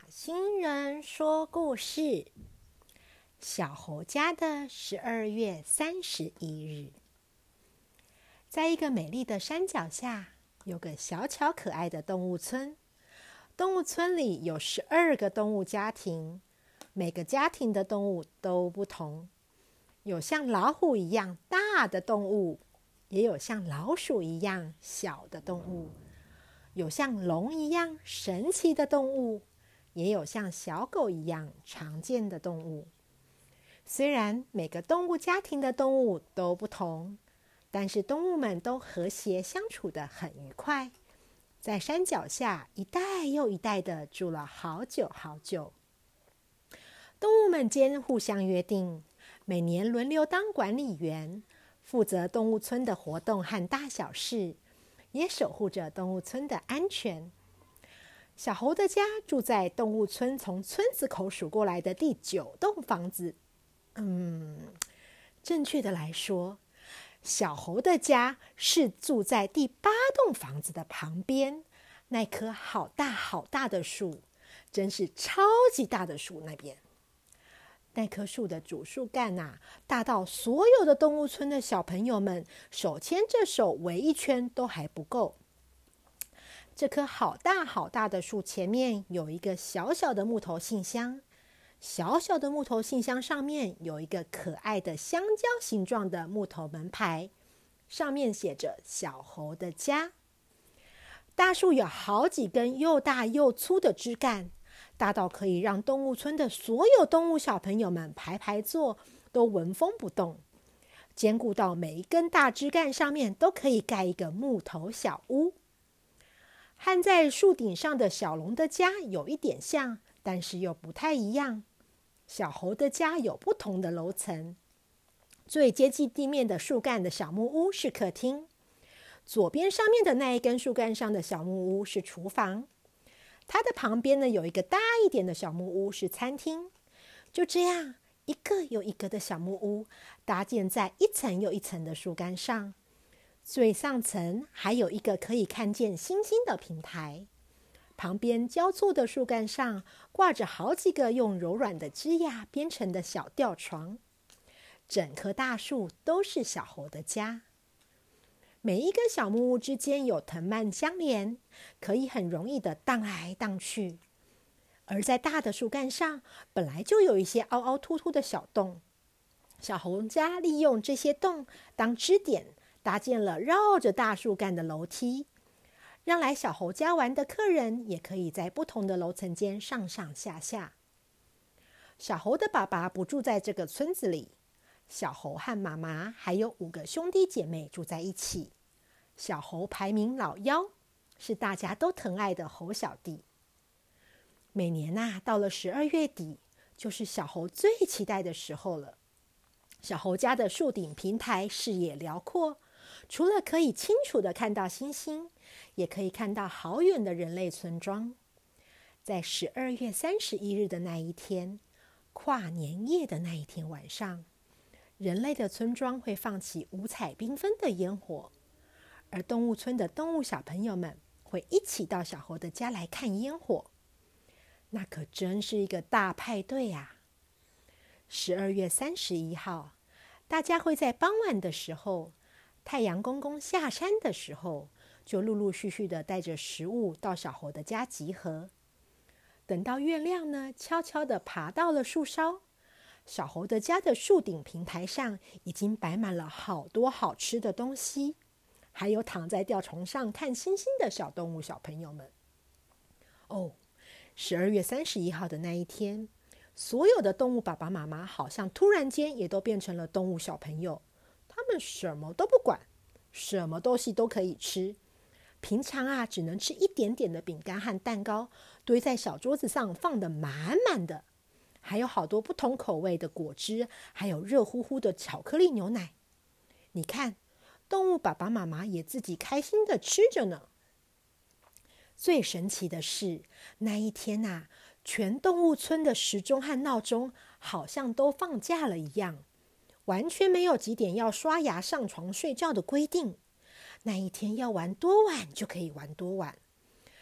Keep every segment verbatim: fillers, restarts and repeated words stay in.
大新人说故事。小猴家的十二月三十一日，在一个美丽的山脚下，有个小巧可爱的动物村。动物村里有十二个动物家庭，每个家庭的动物都不同，有像老虎一样大的动物，也有像老鼠一样小的动物，有像龙一样神奇的动物，也有像小狗一样常见的动物。虽然每个动物家庭的动物都不同，但是动物们都和谐相处得很愉快，在山脚下一代又一代的住了好久好久。动物们间互相约定，每年轮流当管理员，负责动物村的活动和大小事，也守护着动物村的安全。小猴的家住在动物村从村子口数过来的第九栋房子。嗯，正确的来说，小猴的家是住在第八栋房子的旁边，那棵好大好大的树，真是超级大的树那边。那棵树的主树干啊，大到所有的动物村的小朋友们手牵着手围一圈都还不够。这棵好大好大的树前面有一个小小的木头信箱，小小的木头信箱上面有一个可爱的香蕉形状的木头门牌，上面写着小猴的家。大树有好几根又大又粗的枝干，大到可以让动物村的所有动物小朋友们排排坐，都纹风不动。坚固到每一根大枝干上面都可以盖一个木头小屋。和在树顶上的小龙的家有一点像，但是又不太一样。小猴的家有不同的楼层，最接近地面的树干的小木屋是客厅，左边上面的那一根树干上的小木屋是厨房，它的旁边呢有一个大一点的小木屋是餐厅。就这样，一个又一个的小木屋搭建在一层又一层的树干上，最上层还有一个可以看见星星的平台，旁边交错的树干上挂着好几个用柔软的枝桠编成的小吊床。整棵大树都是小猴的家。每一个小木屋之间有藤蔓相连，可以很容易的荡来荡去。而在大的树干上本来就有一些凹凹凸凸的小洞，小猴家利用这些洞当支点，搭建了绕着大树干的楼梯，让来小猴家玩的客人也可以在不同的楼层间上上下下。小猴的爸爸不住在这个村子里，小猴和妈妈还有五个兄弟姐妹住在一起。小猴排名老幺，是大家都疼爱的猴小弟。每年啊，到了十二月底，就是小猴最期待的时候了。小猴家的树顶平台视野辽阔，除了可以清楚地看到星星，也可以看到好远的人类村庄。在十二月三十一日的那一天，跨年夜的那一天晚上，人类的村庄会放起五彩缤纷的烟火，而动物村的动物小朋友们会一起到小猴的家来看烟火。那可真是一个大派对啊！十二月三十一号，大家会在傍晚的时候，太阳公公下山的时候，就陆陆续续的带着食物到小猴的家集合。等到月亮呢悄悄地爬到了树梢，小猴的家的树顶平台上已经摆满了好多好吃的东西，还有躺在吊床上看星星的小动物小朋友们。哦，十二月三十一号的那一天，所有的动物爸爸妈妈好像突然间也都变成了动物小朋友，他们什么都不管，什么东西都可以吃。平常啊，只能吃一点点的饼干和蛋糕，堆在小桌子上放得满满的，还有好多不同口味的果汁，还有热乎乎的巧克力牛奶。你看，动物爸爸妈妈也自己开心的吃着呢。最神奇的是，那一天啊，全动物村的时钟和闹钟好像都放假了一样，完全没有几点要刷牙上床睡觉的规定。那一天要玩多晚就可以玩多晚，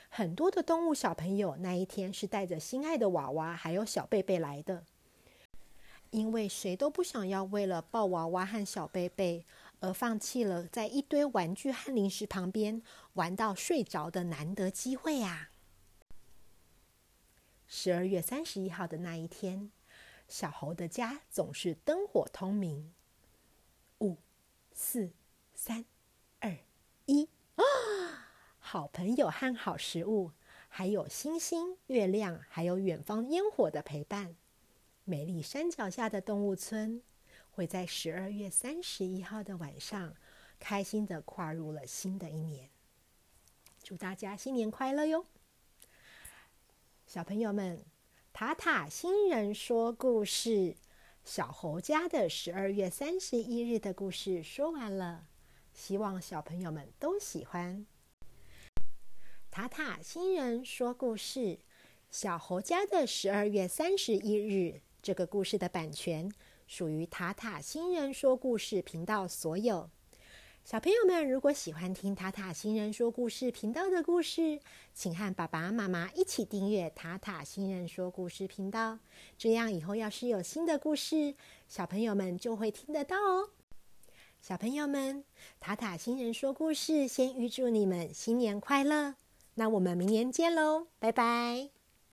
很多的动物小朋友那一天是带着心爱的娃娃还有小贝贝来的，因为谁都不想要为了抱娃娃和小贝贝而放弃了在一堆玩具和零食旁边玩到睡着的难得机会啊。十二月三十一号的那一天，小猴的家总是灯火通明。五、四、三、二、一，啊！好朋友和好食物，还有星星、月亮，还有远方烟火的陪伴，美丽山脚下的动物村会在十二月三十一号的晚上，开心地跨入了新的一年。祝大家新年快乐哟！小朋友们，塔塔星人说故事，小猴家的十二月三十一日的故事说完了，希望小朋友们都喜欢。塔塔星人说故事，小猴家的十二月三十一日，这个故事的版权属于塔塔星人说故事频道所有。小朋友们如果喜欢听塔塔星人说故事频道的故事，请和爸爸妈妈一起订阅塔塔星人说故事频道，这样以后要是有新的故事，小朋友们就会听得到哦。小朋友们，塔塔星人说故事先预祝你们新年快乐，那我们明年见喽，拜拜。